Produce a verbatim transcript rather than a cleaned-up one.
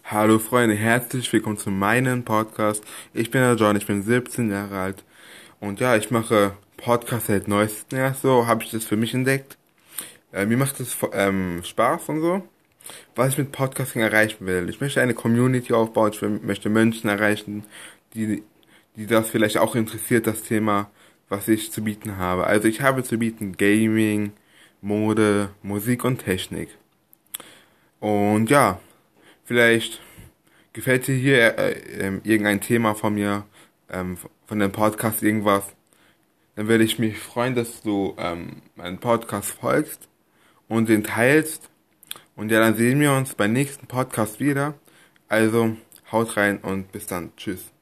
Hallo Freunde, herzlich willkommen zu meinem Podcast. Ich bin der John, ich bin siebzehn Jahre alt und ja, ich mache Podcast seit neuestem erst so, habe ich das für mich entdeckt. Äh, mir macht es ähm, Spaß und so. Was ich mit Podcasting erreichen will. Ich möchte eine Community aufbauen, ich will, möchte Menschen erreichen, die, die das vielleicht auch interessiert, das Thema, was ich zu bieten habe. Also ich habe zu bieten Gaming, Mode, Musik und Technik. Und ja, vielleicht gefällt dir hier äh, ähm, irgendein Thema von mir, ähm, von dem Podcast irgendwas, dann würde ich mich freuen, dass du ähm, meinen Podcast folgst und den teilst. Und ja, dann sehen wir uns beim nächsten Podcast wieder. Also, haut rein und bis dann. Tschüss.